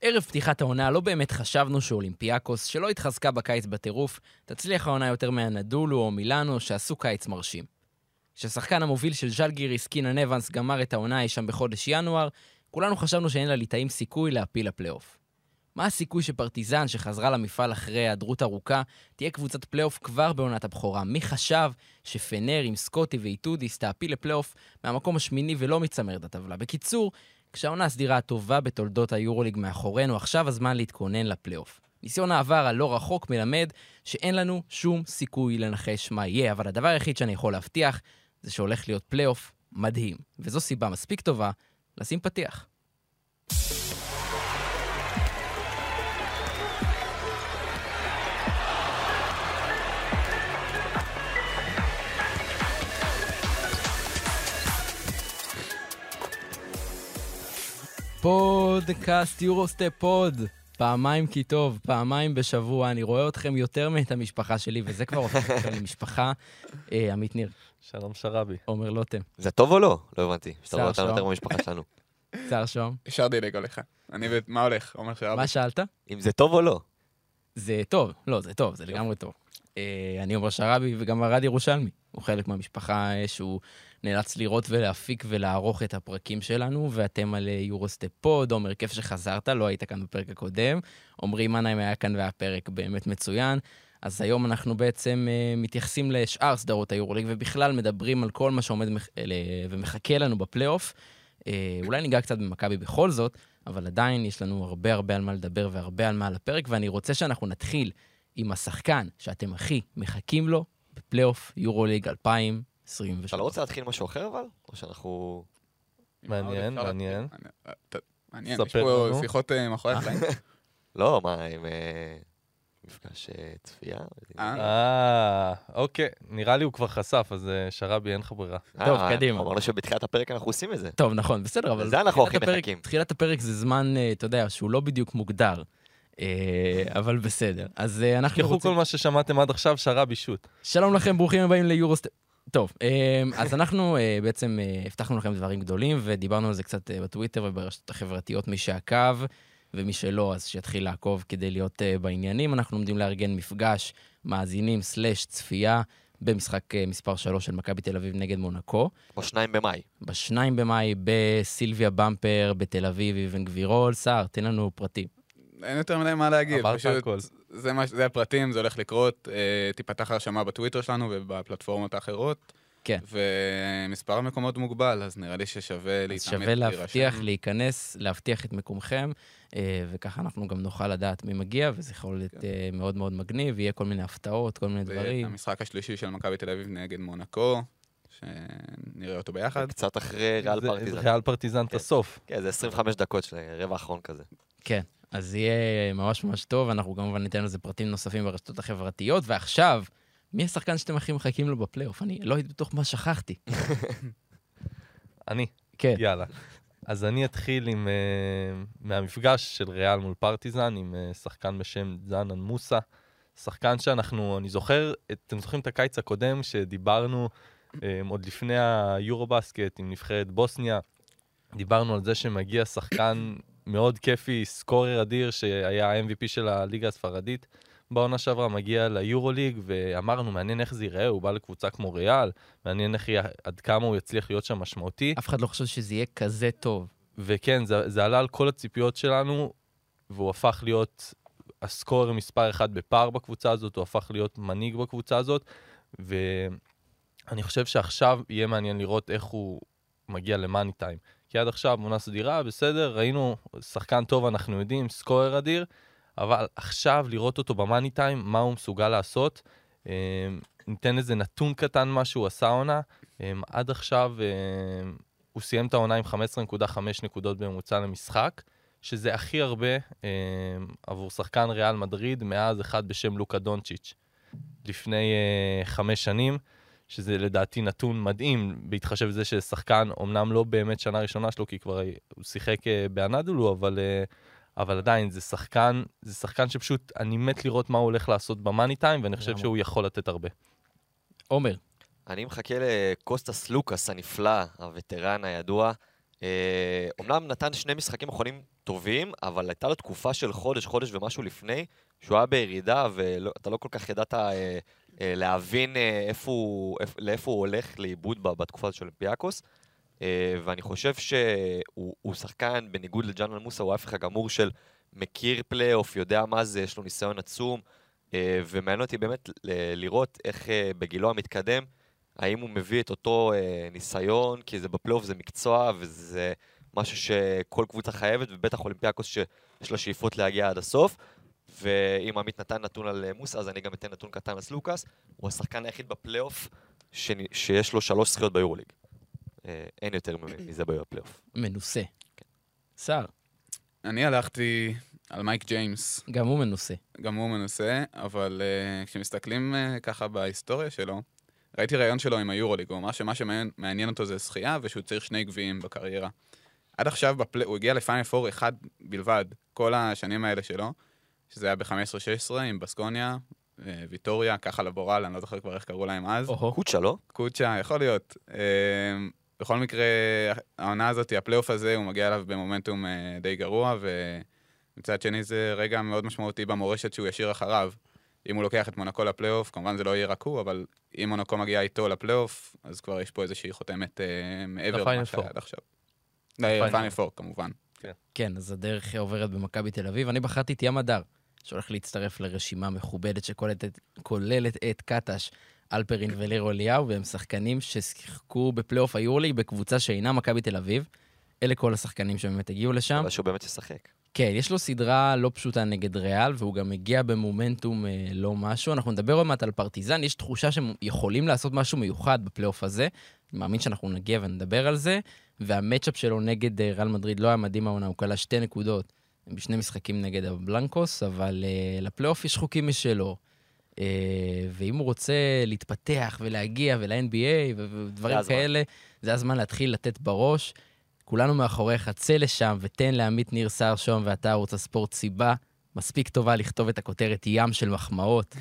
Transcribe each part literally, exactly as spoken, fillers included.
ערב פתיחת העונה לא באמת חשבנו שאולימפיאקוס, שלא התחזקה בקיץ בטירוף, תצליח העונה יותר מהנדולו או מילאנו שעשו קיץ מרשים. כשהשחקן המוביל של ז'לגיריס, קינן אבנס, גמר את העונה אי שם בחודש ינואר, כולנו חשבנו שאין לה ליטאים סיכוי להפיל לפלייאוף. מה הסיכוי שפרטיזן שחזרה למפעל אחרי היעדרות ארוכה תהיה קבוצת פלייאוף כבר בעונת הבכורה? מי חשב שפנר עם סקוטי ואיטודיס תעפיל לפלייאוף מהמקום השמיני ולא מצמרת הטבלה? בקיצור, כשהעונה הסדירה הטובה בתולדות היורוליג מאחורינו, עכשיו הזמן להתכונן לפלייאוף. ניסיון העבר הלא רחוק מלמד שאין לנו שום סיכוי לנחש מה יהיה, אבל הדבר היחיד שאני יכול להבטיח זה שהולך להיות פלייאוף מדהים. וזו סיבה מספיק טובה לשים פתיח. פודקאסט יורוסטפ פוד, פעמיים כי טוב, פעמיים בשבוע, אני רואה אתכם יותר מאת המשפחה שלי, וזה כבר הופך לי משפחה. עמית ניר. שלום שרבי. עומר לוטם. זה טוב או לא? לא הבנתי. שאתה רואה אותנו יותר במשפחה שלנו. שר שום. ישר דילג עליך. אני, מה הולך? עומר שרבי. מה שאלת? אם זה טוב או לא? זה טוב, לא, זה טוב, זה לגמרי טוב. אני עומר שרבי וגם ארד ירושלמי. הוא חלק מהמשפחה שהוא נאלץ לראות ולהפיק ולערוך את הפרקים שלנו, ואתם על יורוסטפ פוד. עומר, כיף שחזרת, לא היית כאן בפרק הקודם. עומרי מנהיים היה כאן והפרק באמת מצוין. אז היום אנחנו בעצם uh, מתייחסים לשאר סדרות היורוליג, ובכלל מדברים על כל מה שעומד מח... ומחכה לנו בפלייאוף. Uh, אולי ניגע קצת במכבי בכל זאת, אבל עדיין יש לנו הרבה הרבה על מה לדבר והרבה על מה על הפרק, ואני רוצה שאנחנו נתחיל עם השחקן שאתם הכי מחכים לו בפלייאוף יורוליג אלפיים עשרים ושלוש. אתה לא רוצה להתחיל משהו אחר אבל? או שאנחנו... מעניין, מעניין. מעניין, יש פה שיחות מאחורי הקלעים. לא, מה, עם מפגש צפייה? אה, אוקיי. נראה לי הוא כבר חשף, אז שרבי אין לך ברירה. טוב, קדימה. אמרנו שבתחילת הפרק אנחנו עושים את זה. טוב, נכון, בסדר, אבל... זה אנחנו הכי מחכים. תחילת הפרק זה זמן, אתה יודע, שהוא לא בדיוק מוגדר. אבל בסדר. אז אנחנו רוצים... כל מה ששמעתם עד עכשיו, שרבי שוט. שלום לכם, ברוכים הבאים ליורוסטפ. טוב, אז אנחנו בעצם הבטחנו לכם דברים גדולים, ודיברנו על זה קצת בטוויטר וברשתות החברתיות, מי שעקב ומי שלא, אז שיתחיל לעקוב כדי להיות בעניינים. אנחנו עומדים לארגן מפגש מאזינים סלש צפייה במשחק מספר שלוש של מכבי תל אביב נגד מונקו. בשניים במאי. בשניים במאי בסילביה במפר, בתל אביב, אבן גבירול. סער, תן לנו פרטים. אין יותר מדי מה להגיד. אמרת הכל. זה, מה, זה הפרטים, זה הולך לקרות. אה, תיפתח הרשמה בטוויטר שלנו ובפלטפורמות האחרות. כן. ומספר המקומות מוגבל, אז נראה לי ששווה להתאמץ. שווה להבטיח, להיכנס, להבטיח את מקומכם, אה, וככה אנחנו גם נוכל לדעת מי מגיע, וזה יכול להיות כן. אה, מאוד מאוד מגניב, יהיה כל מיני הפתעות, כל מיני דברים. המשחק השלישי של מכבי תל אביב נגד מונקו, שנראה אותו ביחד. קצת אחרי ריאל פרטיזן. ריאל פרטיזן את הסוף. כן, זה עשרים וחמש דקות של רבע האחרון כזה. כן. אז יהיה ממש ממש טוב, אנחנו כמובן ניתן לזה פרטים נוספים ברשתות החברתיות, ועכשיו, מי השחקן שאתם הכי מחכים לו בפלייאוף? אני לא הייתי בתוך מה שכחתי. אני? כן. יאללה. אז אני אתחיל עם, uh, מהמפגש של ריאל מול פרטיזן, עם uh, שחקן בשם זאנן מוסה, שחקן שאנחנו, אני זוכר, אתם זוכרים את הקיץ הקודם, שדיברנו um, עוד לפני היורובסקט עם נבחרת בוסניה, דיברנו על זה שמגיע שחקן מאוד כיפי, סקורר אדיר, שהיה ה-אם וי פי של הליגה הספרדית, בעונה שעברה מגיע ליורוליג, ואמרנו, מעניין איך זה ייראה, הוא בא לקבוצה כמו ריאל, מעניין איך עד כמה הוא יצליח להיות שם משמעותי. אף אחד לא חושב שזה יהיה כזה טוב. וכן, זה, זה עלה על כל הציפיות שלנו, והוא הפך להיות הסקורר מספר אחד בפאר בקבוצה הזאת, הוא הפך להיות מנהיג בקבוצה הזאת, ואני חושב שעכשיו יהיה מעניין לראות איך הוא מגיע למאני טיים. כי עד עכשיו עונה סדירה, בסדר, ראינו שחקן טוב, אנחנו יודעים, סקורר אדיר, אבל עכשיו לראות אותו במאני טיים, מה הוא מסוגל לעשות, ניתן איזה נתון קטן מה שהוא עשה עונה, עד עכשיו הוא סיים את העונה עם חמש עשרה נקודה חמש נקודות בממוצע למשחק, שזה הכי הרבה עבור שחקן ריאל מדריד, מאז אחד בשם לוקה דונצ'יץ', לפני חמש שנים, שזה לדעתי נתון מדהים, בהתחשב בזה ששחקן, אומנם לא באמת שנה ראשונה שלו, כי כבר הוא שיחק באנדולו, אבל, אבל עדיין זה שחקן, זה שחקן שפשוט אני מת לראות מה הוא הולך לעשות במאני טיים, ואני חושב שהוא יכול לתת הרבה. עומר. אני מחכה לקוסטס לוקאס הנפלא, הווטרן הידוע. אומנם נתן שני משחקים אחרונים טובים, אבל הייתה לו תקופה של חודש, חודש ומשהו לפני, שהוא היה בירידה, ואתה לא כל כך ידעת אה, אה, להבין אה, איפה הוא, איפ, לאיפה הוא הולך לאיבוד בתקופה הזאת של אולימפיאקוס. אה, ואני חושב שהוא הוא שחקן, בניגוד לג'אנל מוסה, הוא ההפך הגמור של מכיר פלייאוף, יודע מה זה, יש לו ניסיון עצום, אה, ומעניין אותי באמת ל- לראות איך אה, בגילו המתקדם, האם הוא מביא את אותו אה, ניסיון, כי זה בפלייאוף זה מקצוע, וזה משהו שכל קבוצה חייבת, ובטח אולימפיאקוס שיש לה שאיפות להגיע עד הסוף. ואם עמית נתן נתון על מוסה, אז אני גם אתן נתון קטן על סלוקאס. הוא השחקן היחיד בפלייאוף ש... שיש לו שלוש זכיות ביורוליג. אה, אין יותר מזה בפלייאוף. מנוסה. שר. אני הלכתי על מייק ג'יימס, גם הוא מנוסה. גם הוא מנוסה, אבל uh, כשמסתכלים uh, ככה בהיסטוריה שלו, ראיתי ראיון שלו עם היורוליג, הוא אמר שמה שמעניין אותו זה שחייה, ושהוא צריך שני גביעים בקריירה. עד עכשיו בפל... הוא הגיע לפיינל פור אחד בלבד, כל השנים האלה שלו, שזה היה ב-חמש עשרה שש עשרה עם בסקוניה, ויטוריה, ככה לבורל, אני לא זוכר כבר איך קראו להם אז. אוהו. קוצ'ה, לא? קוצ'ה, יכול להיות. בכל מקרה, העונה הזאת, הפלייאוף הזה, הוא מגיע אליו במומנטום די גרוע, ומצד שני זה רגע מאוד משמעותי במורשת שהוא ישיר אחריו. אם הוא לוקח את מונקו לפלייאוף, כמובן זה לא יהיה רק הוא, אבל אם מונקו מגיע איתו לפלייאוף, אז כבר יש פה איזושהי חותמת מעבר למה שהיה עד עכשיו. לפיינל פור, כמובן. כן, אז הדרך עוברת במכבי תל אביב. אני בחרתי את ים הדר, שהולך להצטרף לרשימה מכובדת שכוללת את קטש, אלפרין וליר אליהו, והם שחקנים ששיחקו בפלייאוף היורליג בקבוצה שאינה מכבי תל אביב. אלה כל השחקנים שבאמת הגיעו לשם. אבל שהוא באמת ישחק. כן, יש לו סדרה לא פשוטה נגד ריאל, והוא גם הגיע במומנטום אה, לא משהו. אנחנו נדבר עוד מעט על פרטיזן, יש תחושה שהם יכולים לעשות משהו מיוחד בפלייאוף הזה. אני מאמין שאנחנו נגיע ונדבר על זה. והמצ'אפ שלו נגד אה, ריאל מדריד לא היה מדהים העונה, הוא קלה שתי נקודות בשני משחקים נגד הבלנקוס, אבל אה, לפלייאוף יש חוקים משלו. אה, ואם הוא רוצה להתפתח ולהגיע ול-אן בי איי ודברים כאלה, זה הזמן להתחיל לתת בראש. כולנו מאחוריך, צא לשם ותן לעמית ניר סער שום ואתה ערוץ הספורט סיבה מספיק טובה לכתוב את הכותרת ים של מחמאות.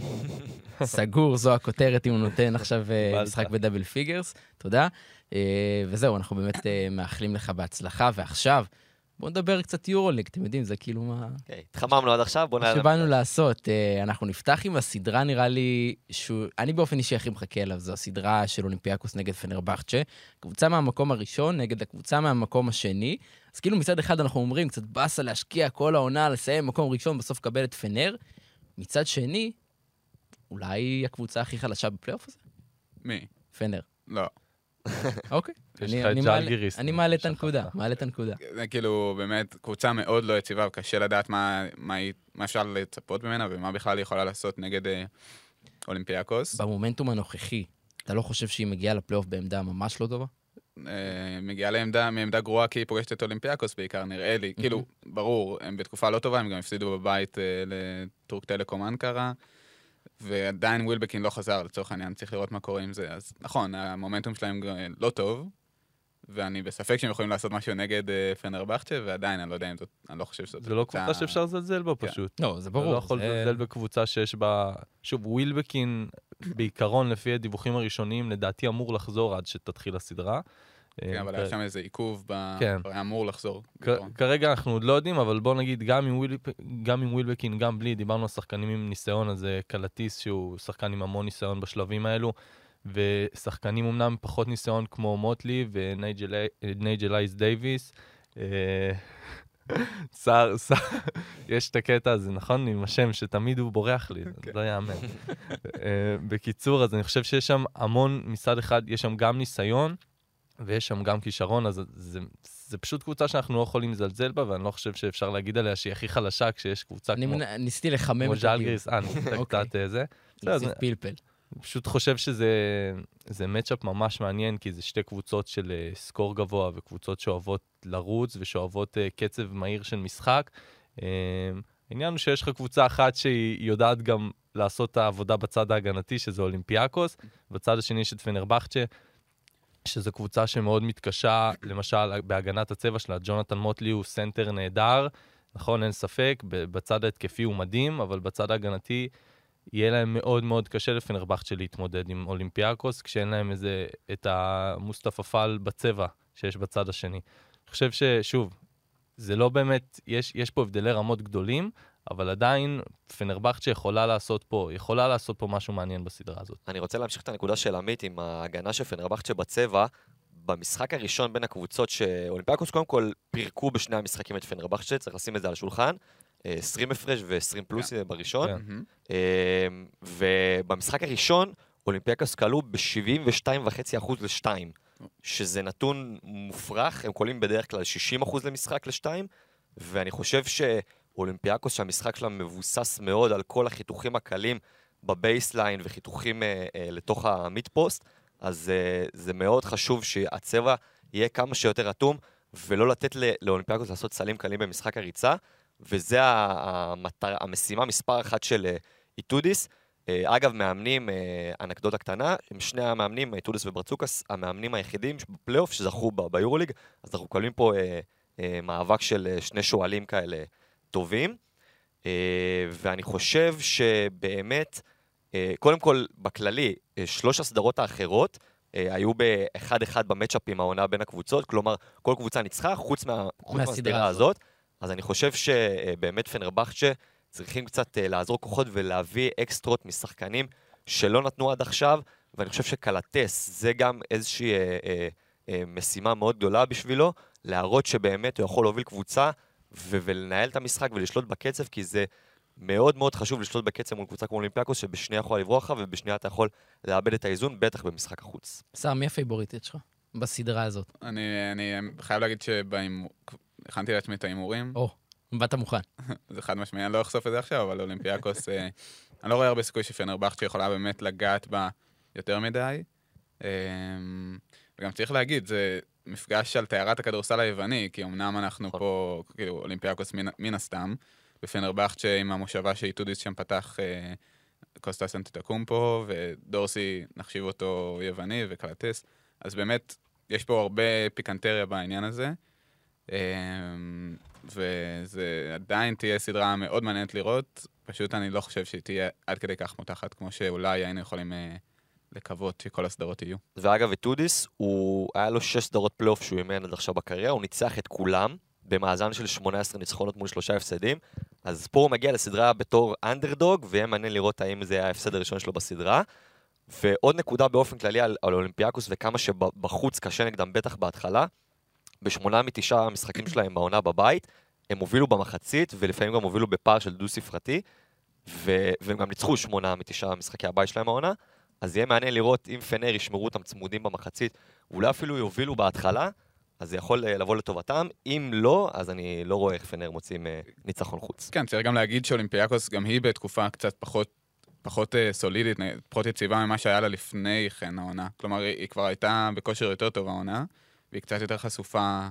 סגור, זו הכותרת אם הוא נותן עכשיו משחק בדאבל פיגרס. תודה. וזהו, אנחנו באמת מאחלים לך בהצלחה. ועכשיו, בואו נדבר קצת יורוליג, אתם יודעים, זה כאילו מה... התחממנו עד עכשיו, בואו נעלה... שבאנו לעשות, אנחנו נפתח עם הסדרה, נראה לי, אני באופן אישי הכי מחכה אליו, זו הסדרה של אולימפיאקוס נגד פנרבחצ'ה, קבוצה מהמקום הראשון נגד הקבוצה מהמקום השני, אז כאילו מצד אחד אנחנו אומרים, קצת בסה להשקיע כל העונה, לסיים מקום ראשון, בסוף קבל את פנר, מצד שני, אולי הקבוצה הכי חלשה בפלייאוף הזה? מי? פנר. לא. אוקיי. יש לך אני- את אני מעלה- ז'לגיריס. אני מעלה את הנקודה, מעלה את הנקודה. זה כאילו באמת קבוצה מאוד לא יציבה, וקשה לדעת מה, מה, היא- מה אפשר לצפות ממנה, ומה בכלל היא יכולה לעשות נגד אה, אולימפיאקוס. במומנטום הנוכחי, אתה לא חושב שהיא מגיעה לפלייאוף בעמדה ממש לא טובה? אה, מגיעה לעמדה, מעמדה גרועה כי היא פוגשת את אולימפיאקוס בעיקר, נראה לי. כאילו, ברור, הם בתקופה לא טובה, הם גם הפסידו בבית אה, לטורק טלקום אנקרה, ועדיין ווילבקין לא חזר, לצורך העניין, צריך לראות מה קורה עם זה. אז נכון, המומנטום שלהם לא טוב, ואני בספק שהם יכולים לעשות משהו נגד אה, פנרבחצ'ה, ועדיין, אני לא יודע אם זאת, אני לא חושב שזאת... זה לא קבוצה שאפשר לזלזל בה פשוט. לא, זה אתה ברור. לא יכול זה- לזלזל בקבוצה שיש בה... שוב, ווילבקין, בעיקרון, לפי הדיווחים הראשוניים, לדעתי אמור לחזור עד שתתחיל הסדרה. כן, אבל היה שם איזה עיכוב, ב... כן. היה אמור לחזור. כ- כרגע אנחנו עוד לא יודעים, אבל בוא נגיד, גם עם, וויל... גם עם ווילבקין, גם בלי, דיברנו על שחקנים עם ניסיון, אז זה קלטיס שהוא שחקן עם המון ניסיון בשלבים האלו, ושחקנים אמנם עם פחות ניסיון כמו מוטלי ונייג'ל אייס דייביס. אה, שר, שר, יש את הקטע הזה, נכון? עם השם שתמיד הוא בורח לי, זה לא יאמן. אה, בקיצור, אז אני חושב שיש שם המון, מצד אחד, יש שם גם ניסיון, ויש שם גם כישרון, אז זה, זה פשוט קבוצה שאנחנו לא יכולים לזלזל בה, ואני לא חושב שאפשר להגיד עליה שהיא הכי חלשה כשיש קבוצה אני כמו, מנ- ניסיתי לחמם כמו את הדיון. ז'לגיריס. אה, ניסית אוקיי. קצת אה, זה. להוסיף פלפל. אני פשוט חושב שזה זה מצ'אפ ממש מעניין, כי זה שתי קבוצות של uh, סקור גבוה, וקבוצות שאוהבות לרוץ, ושאוהבות uh, קצב מהיר של משחק. Uh, העניין הוא שיש לך קבוצה אחת שהיא יודעת גם לעשות את העבודה בצד ההגנתי, שזה אולימפיאקוס, בצד השני יש את פנרבחצ'ה, שזו קבוצה שמאוד מתקשה, למשל, בהגנת הצבע שלה, ג'ונתן מוטלי הוא סנטר נהדר, נכון, אין ספק, בצד ההתקפי הוא מדהים, אבל בצד ההגנתי יהיה להם מאוד מאוד קשה לפנרבחצ'ה להתמודד עם אולימפיאקוס, כשאין להם איזה, את המוסטפא פאל בצבע שיש בצד השני. אני חושב ששוב, זה לא באמת, יש, יש פה הבדלי רמות גדולים, אבל עדיין פנרבחצ'ה יכולה לעשות פה, יכולה לעשות פה משהו מעניין בסדרה הזאת. אני רוצה להמשיך את הנקודה של עמית עם ההגנה של פנרבחצ'ה בצבע. במשחק הראשון בין הקבוצות שאולימפיאקוס קודם כל פירקו בשני המשחקים את פנרבחצ'ה, צריך לשים את זה על השולחן, עשרים הפרש ו-עשרים פלוס בראשון. ובמשחק הראשון אולימפיאקוס קלו ב-שבעים ושתיים נקודה חמש אחוז לשתיים, שזה נתון מופרך, הם קולים בדרך כלל שישים אחוז למשחק לשתיים, ואני חושב שאולימפיאקוס שהמשחק שלה מבוסס מאוד על כל החיתוכים הקלים בבייסליין וחיתוכים אה, אה, לתוך המיד פוסט, אז אה, זה מאוד חשוב שהצבע יהיה כמה שיותר אטום, ולא לתת לאולימפיאקוס לעשות סלים קלים במשחק הריצה, וזה המטר, המשימה מספר אחת של אה, איטודיס. אגב, מאמנים, אנקדוטה קטנה, הם שני המאמנים, איטודיס וברצוקס, המאמנים היחידים בפלייאוף שזכו ביורוליג, אז אנחנו קבלים פה מאבק של שני שואלים כאלה טובים, ואני חושב שבאמת, קודם כל, בכללי, שלוש הסדרות האחרות היו באחד אחד במצ'אפים העונה בין הקבוצות, כלומר, כל קבוצה ניצחה חוץ מהסדרה הזאת, אז אני חושב שבאמת פנרבחצ'ה צריכים קצת לעזור כוחות ולהביא אקסטרות משחקנים שלא נתנו עד עכשיו, ואני חושב שקלטס זה גם איזושהי אה, אה, אה, משימה מאוד גדולה בשבילו, להראות שבאמת הוא יכול להוביל קבוצה ו- ולנהל את המשחק ולשלוט בקצב, כי זה מאוד מאוד חשוב לשלוט בקצב מול קבוצה כמו אולימפיאקוס, שבשנייה יכול לברוח לך ובשנייה אתה יכול לאבד את האיזון, בטח במשחק החוץ. שר, מי הפייבוריטית שלך בסדרה הזאת? אני, אני חייב להגיד שהכנתי לעצמי את ההימורים. או. באת מוכן. זה חד משמעי, אני לא אחשוף את זה עכשיו, אבל אולימפיאקוס, אני לא רואה הרבה סיכוי שפנרבחצ'ה יכולה באמת לגעת בה יותר מדי. וגם צריך להגיד, זה מפגש על תארת הכדורסל היווני, כי אמנם אנחנו פה, כאילו, אולימפיאקוס מן הסתם, ופנרבחצ'ה עם המושבה שאיטודיס שם פתח קוסטס אנטטוקומפו, ודורסי נחשיב אותו יווני וקלטס, אז באמת, יש פה הרבה פיקנטריה בעניין הזה. וזה עדיין תהיה סדרה מאוד מעניינת לראות, פשוט אני לא חושב שהיא תהיה עד כדי כך מותחת, כמו שאולי היינו יכולים לקוות שכל הסדרות יהיו. ואגב, איטודיס, הוא היה לו שש סדרות פלייאוף שהוא אימן עד עכשיו בקריירה, הוא ניצח את כולם במאזן של שמונה עשרה ניצחונות מול שלושה הפסדים, אז פה הוא מגיע לסדרה בתור אנדרדוג, ויהיה מעניין לראות האם זה היה ההפסד הראשון שלו בסדרה. ועוד נקודה באופן כללי על, על אולימפיאקוס וכמה שבחוץ קשה נגדם בטח בהתחלה, בשמונה מתשעה המשחקים שלהם בעונה בבית, הם הובילו במחצית, ולפעמים גם הובילו בפער של דו ספרתי, ו- והם גם ניצחו שמונה מתשעה משחקי הבית שלהם העונה, אז יהיה מעניין לראות אם פנר ישמרו אותם צמודים במחצית, ואולי אפילו יובילו בהתחלה, אז זה יכול לבוא לטובתם. אם לא, אז אני לא רואה איך פנר מוצאים ניצחון חוץ. כן, צריך גם להגיד שאולימפיאקוס גם היא בתקופה קצת פחות, פחות סולידית, פחות יציבה ממה שהיה לה לפני כן העונה. כלומר, היא כבר הייתה בכושר יותר טוב העונה, והיא קצת יותר חשופה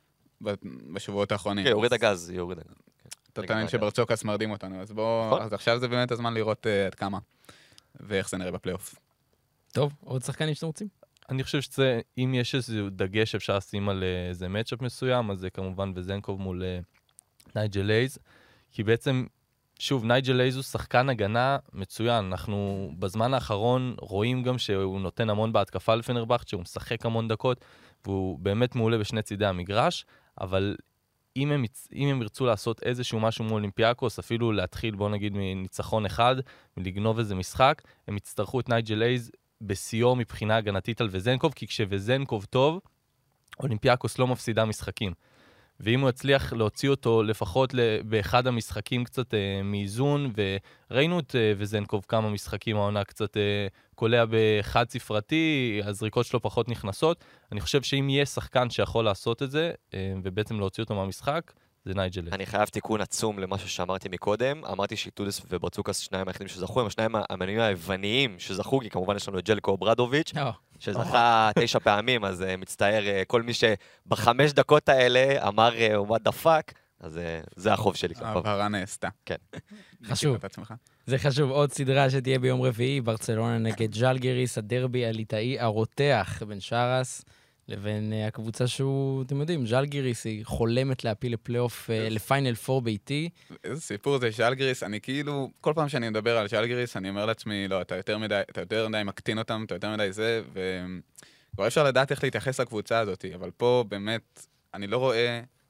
בשבועות האחרונים. כן, יוריד הגז, יוריד הגז. טוטנים שברצוקס מרדים אותנו, אז בואו, אז עכשיו זה באמת הזמן לראות עד כמה, ואיך זה נראה בפלייאוף. טוב, עוד שחקנים שאתם רוצים? אני חושב שזה, אם יש איזה דגש אפשר לשים על איזה מצ'אפ מסוים, אז זה כמובן וזנקוב מול נייג'ל לייז, כי בעצם, שוב, נייג'ל לייז הוא שחקן הגנה מצוין, אנחנו בזמן האחרון רואים גם שהוא נותן המון בהתקפה לפנרבחצ'ה, שהוא משחק המון דקות, והוא באמת מעולה בשני צידי המגרש, אבל אם הם, אם הם ירצו לעשות איזשהו משהו מול אולימפיאקוס, אפילו להתחיל, בוא נגיד, מניצחון אחד, מלגנוב איזה משחק, הם יצטרכו את נייג'ל לייז בסיור מבחינה הגנתית על וזנקוב, כי כשווזנקוב טוב, אולימפיאקוס לא מפסידה משחקים. ואם הוא יצליח להוציא אותו לפחות באחד המשחקים קצת אה, מאיזון, וראינו את אה, וזנקוב כמה משחקים העונה קצת אה, קולע בחד ספרתי, הזריקות שלו פחות נכנסות. אני חושב שאם יהיה שחקן שיכול לעשות את זה, אה, ובעצם להוציא אותו מהמשחק, זה נייג'ל לייז. אני חייב תיקון עצום למשהו שאמרתי מקודם. אמרתי שאיטודיס וברצוקס שניים היחידים שזכו, הם השניים המאמנים היווניים שזכו, כי כמובן יש לנו את ג'לקו ברדוביץ', שזכה תשע פעמים, אז מצטער כל מי שבחמש דקות האלה אמר what the fuck, אז זה החוב שלי. ההבהרה נעשתה. כן. חשוב. זה חשוב. עוד סדרה שתהיה ביום רביעי, ברצלונה נגד ז'לגיריס, הדרבי הליטאי הרותח בין שרס לבין הקבוצה שהוא, אתם יודעים, ז'לגיריס היא חולמת להפיל לפלייאוף, לפיינל פור ביתי. איזה סיפור זה ז'לגיריס, אני כאילו, כל פעם שאני מדבר על ז'לגיריס, אני אומר לעצמי, לא, אתה יותר מדי, אתה יותר מדי מקטין אותם, אתה יותר מדי זה, וכבר אפשר לדעת איך להתייחס לקבוצה הזאת, אבל פה באמת, אני לא רואה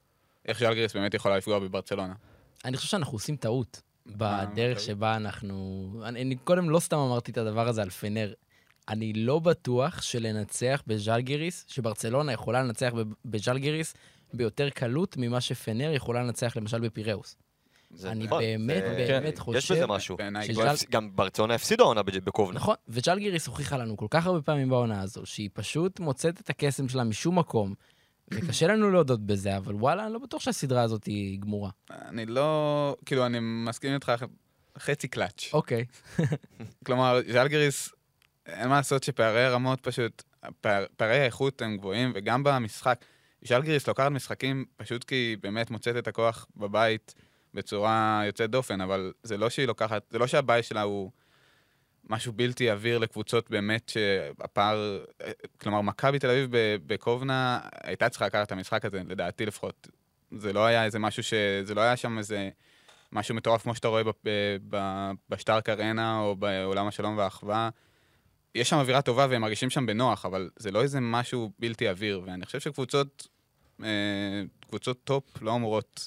איך ז'אלגיריס באמת יכולה לפגוע בברצלונה. אני חושב שאנחנו עושים טעות בדרך טעות? שבה אנחנו... אני, אני קודם לא סתם אמרתי את הדבר הזה על פנר. אני לא בטוח שלנצח בז'אלגיריס, שברצלונה יכולה לנצח בז'אלגיריס ביותר קלות ממה שפנר יכולה לנצח למשל בפיראוס. זה אני נכון, באמת, זה- באמת יש חושב... בזה משהו. בעיניי, שז'אל- הוא הפס- גם ברצלונה הפסידה עונה בג'- בקובנה. נכון, וג'אלגיריס הוכיחה לנו כל כך הרבה פעמים בעונה הזו, שהיא פשוט מוצאת את הקסם שלה משום מקום, וקשה לנו להודות בזה, אבל וואלה, אני לא בטוח שהסדרה הזאת היא גמורה. אני לא... כאילו, אני מסכים איתך חצי קלאץ'. אוקיי. כלומר, ז'אלגיריס, אין מה לעשות שפערי הרמות פשוט, פער, פערי האיכות הם גבוהים, וגם במשחק, ז'אלגיריס לוקחת משחקים פשוט כי היא באמת מוצאת את הכוח בבית בצורה יוצאת דופן, אבל זה לא שהיא לוקחת, זה לא שהבית שלה הוא משהו בלתי עביר לקבוצות באמת שהפער, כלומר, מכבי תל אביב בקובנה הייתה צריכה לקחת את המשחק הזה, לדעתי לפחות. זה לא היה איזה משהו ש... זה לא היה שם איזה משהו מטורף כמו שאתה רואה בשטארק ארנה או בעולם השלום והאחווה. יש שם אווירה טובה והם מרגישים שם בנוח, אבל זה לא איזה משהו בלתי עביר, ואני חושב שקבוצות, קבוצות טופ לא אמורות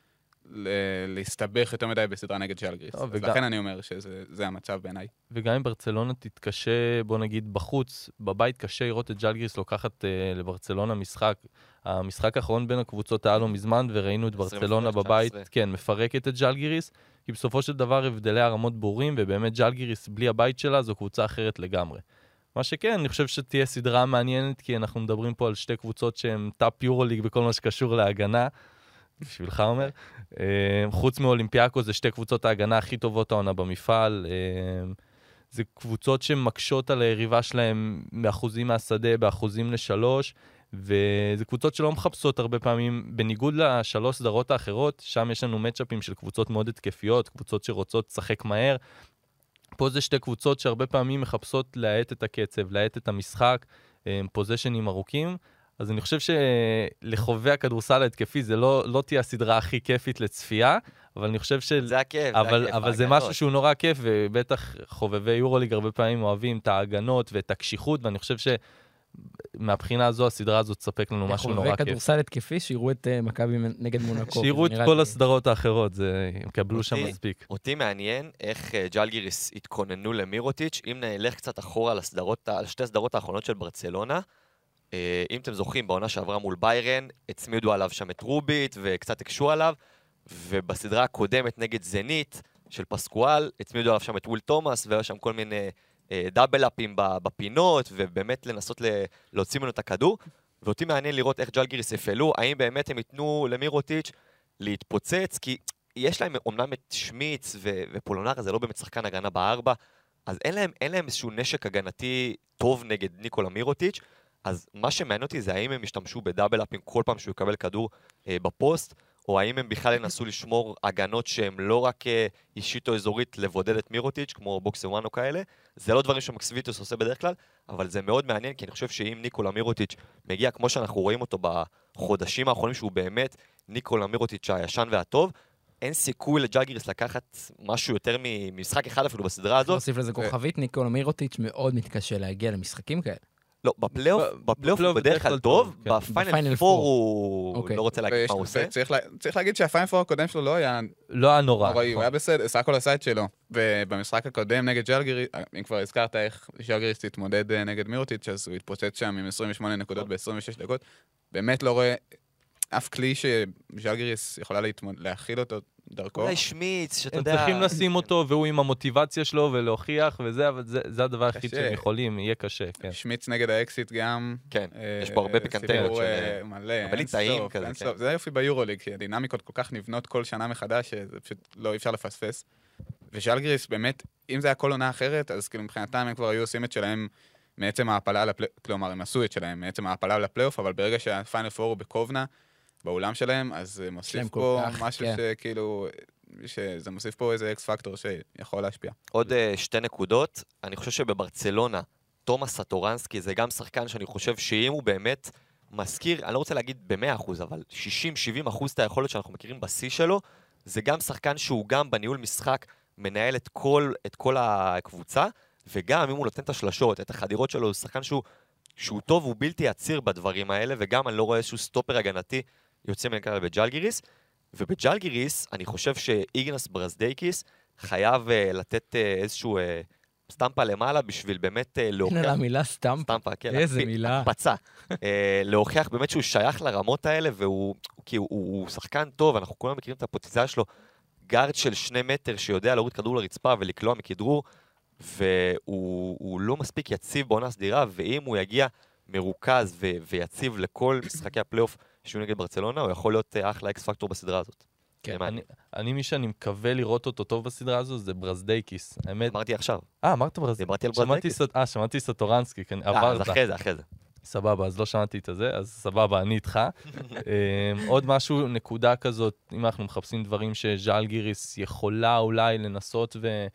להסתבך יותר מדי בסדרה נגד ז'אלגיריס. אז וגם... לכן אני אומר שזה המצב בעיניי. וגם אם ברצלונה תתקשה, בוא נגיד, בחוץ, בבית קשה לראות את ז'אלגיריס לוקחת uh, לברצלונה משחק. המשחק האחרון בין הקבוצות היה לא מזמן, וראינו את ברצלונה בבית, כן, מפרקת את ז'אלגיריס, כי בסופו של דבר הבדלי הרמות ברורים, ובאמת ז'אלגיריס בלי הבית שלה זו קבוצה אחרת לגמרי. מה שכן, אני חושב שתהיה סדרה מעניינת, כי אנחנו מדברים פה על שתי קבוצות שהן טאפ יורוליג בכל מה שקשור להגנה, בשבילך אומר. חוץ מאולימפיאקוס, זה שתי קבוצות ההגנה הכי טובות העונה במפעל. זה קבוצות שמקשות על היריבה שלהם באחוזים מהשדה, באחוזים לשלוש, וזה קבוצות שלא מחפשות הרבה פעמים, בניגוד לשלוש סדרות האחרות, שם יש לנו מצ'אפים של קבוצות מאוד התקפיות, קבוצות שרוצות לשחק מהר. פה זה שתי קבוצות שהרבה פעמים מחפשות להאט את הקצב, להאט את המשחק, פוזיישנים ארוכים. אז אני חושב שלחובבי הכדורסל ההתקפי זה לא, לא תהיה הסדרה הכי כיפית לצפייה, אבל אני חושב ש... זה הכיף, אבל, זה הכיף. אבל זה משהו שהוא נורא כיף, ובטח חובבי יורוליג הרבה פעמים אוהבים את ההגנות ואת הקשיחות, ואני חושב שמהבחינה הזו, הסדרה הזו תספק לנו משהו נורא כיף. חובבי כדורסל התקפי, שיראו את uh, מכבי נגד מונקו. שיראו את כל הסדרות האחרות, זה, הם קבלו שם אותי- מספיק. אותי מעניין איך אה, ג'אלגיריס התכוננו למירוטיץ', אם נלך קצת אחורה על הסדרות, על שתי הסדרות האחרונות של ברצלונה, אה, אם אתם זוכרים, בעונה שעברה מול ביירן, הצמידו עליו שם את רוביט וקצת הקשו עליו, ובסדרה הקודמת נגד זנית של פסקואל, הצמידו עליו שם את וויל תומאס, והיה שם כל מיני אה, דאבל-אפים בפינות, ובאמת לנסות ל- להוציא ממנו את הכדור. ואותי מעניין לראות איך ג'אלגיריס יפעלו, האם באמת הם ייתנו למירוטיץ' להתפוצץ, כי יש להם אומנם את שמיץ ו- ופולונרה, זה לא באמת שחקן הגנה בארבע, אז אין להם, אין להם איזשהו נשק הגנתי טוב נגד ניקולה מירוטיץ', אז מה שמעניין אותי זה האם הם ישתמשו בדאבל-אפים כל פעם שהוא יקבל כדור אה, בפוסט, או האם הם בכלל ינסו לשמור הגנות שהם לא רק אה, אישית או אזורית לבודד את מירוטיץ', כמו בוקסוואן או כאלה. זה לא דברים שמקסוויטוס עושה בדרך כלל, אבל זה מאוד מעניין, כי אני חושב שאם ניקולה מירוטיץ' מגיע כמו שאנחנו רואים אותו בחודשים האחרונים, שהוא באמת ניקולה מירוטיץ' הישן והטוב, אין סיכוי לג'אלגיריס לקחת משהו יותר ממשחק אחד אפילו בסדרה הזאת. להוסיף לזה כוכבית, ניקולה מירוטיץ' מאוד מתקשה להגיע למשחקים כאלה. לא, בפלייאוף, ב- בפלייאוף הוא בדרך כלל טוב, כן. בפיינל בפיינל פור פור. הוא אוקיי. לא רוצה להגיד ויש- מה הוא עושה. וצריך לה- צריך להגיד שהפיינל פור הקודם שלו לא היה לא היה נורא. נוראי, הוא היה בסדר, סך הכל עשה את שלו. ובמשחק הקודם נגד ז'אלגיריס, אם כבר הזכרת איך ז'אלגיריס תתמודד נגד מירוטיץ', אז הוא התפוצץ שם עם עשרים ושמונה נקודות ב-עשרים ושש דקות. באמת לא רואה אף כלי שז'אלגיריס יכולה להתמוד- להכיל אותו דרכו. אולי שמיץ, שאתה הם יודע... צריכים לשים אותו, והוא עם המוטיבציה שלו ולהוכיח וזה, אבל זה, זה הדבר היחיד קשה. שהם יכולים, יהיה קשה, כן. שמיץ נגד האקסיט גם. כן, אה, יש פה הרבה פיקנטריות סיפור, של- אה, מלא, אבל אין ליטאים סוף, כזה, אין כן. סוף. זה היופי ביורוליג, כי הדינמיקות כל כך נבנות כל שנה מחדש, שזה פשוט לא אי אפשר לפספס. וז'אלגיריס באמת, אם זה היה כל עונה אחרת, אז כאילו מבחינתם הם כבר היו עושים את שלהם מעצם ההעפלה לפלייאוף, כלומר, הם עשו את שלהם מעצם ההעפלה לפלייאוף, אבל ברגע שהפיינל פור הוא בקובנה, באולם שלהם, אז זה מוסיף שלהם כל פה כך, משהו כן. שכאילו, שזה מוסיף פה איזה אקס פקטור שיכול להשפיע. עוד אה, שתי נקודות. אני חושב שבברצלונה, תומאס סטורנסקי זה גם שחקן שאני חושב שאם הוא באמת מזכיר, אני לא רוצה להגיד ב-מאה אחוז, אבל שישים שבעים אחוז את היכולת שאנחנו מכירים בשיא שלו, זה גם שחקן שהוא גם בניהול משחק מנהל את כל, את כל הקבוצה, וגם אם הוא נותן את השלשות, את החדירות שלו, הוא שחקן שהוא, שהוא טוב, הוא בלתי עציר בדברים האלה, וגם אני לא רואה איזשהו סטופר הגנתי יוצאים מן הכלל בג'לגיריס, ובג'לגיריס אני חושב שאיגנס ברזדייקיס חייב uh, לתת uh, איזשהו uh, סטמפה למעלה בשביל באמת uh, להוכיח... הנה למילה סטמפה. סטמפה, כן. איזה להקפיא- מילה. הקפצה. uh, להוכיח באמת שהוא שייך לרמות האלה, והוא כי הוא, הוא, הוא שחקן טוב, אנחנו כולם מכירים את הפוטנציאל שלו, גארד של שני מטר שיודע להוריד כדור לרצפה ולקלוע מכדרור, והוא הוא לא מספיק יציב בעונה סדירה, ואם הוא יגיע מרוכז ו, ויציב לכל משחקי הפלייאוף שהוא נגד ברצלונה, הוא יכול להיות uh, אחלה אקס פקטור בסדרה הזאת. כן, למען. אני, אני מי שאני מקווה לראות אותו טוב בסדרה הזו זה ברזדייקיס. האמת... אמרתי עכשיו, אה, אמרת ברזדייקיס. דיברתי על שמעתי ברזדייקיס. סט- אה, שמעתי סטורנסקי, כן, אה, אז עברת. אחרי זה, אחרי זה. סבבה, אז לא שמעתי את זה, אז סבבה, אני איתך. אמ, עוד משהו, נקודה כזאת, אם אנחנו מחפשים דברים שז'אלגיריס יכולה אולי לנסות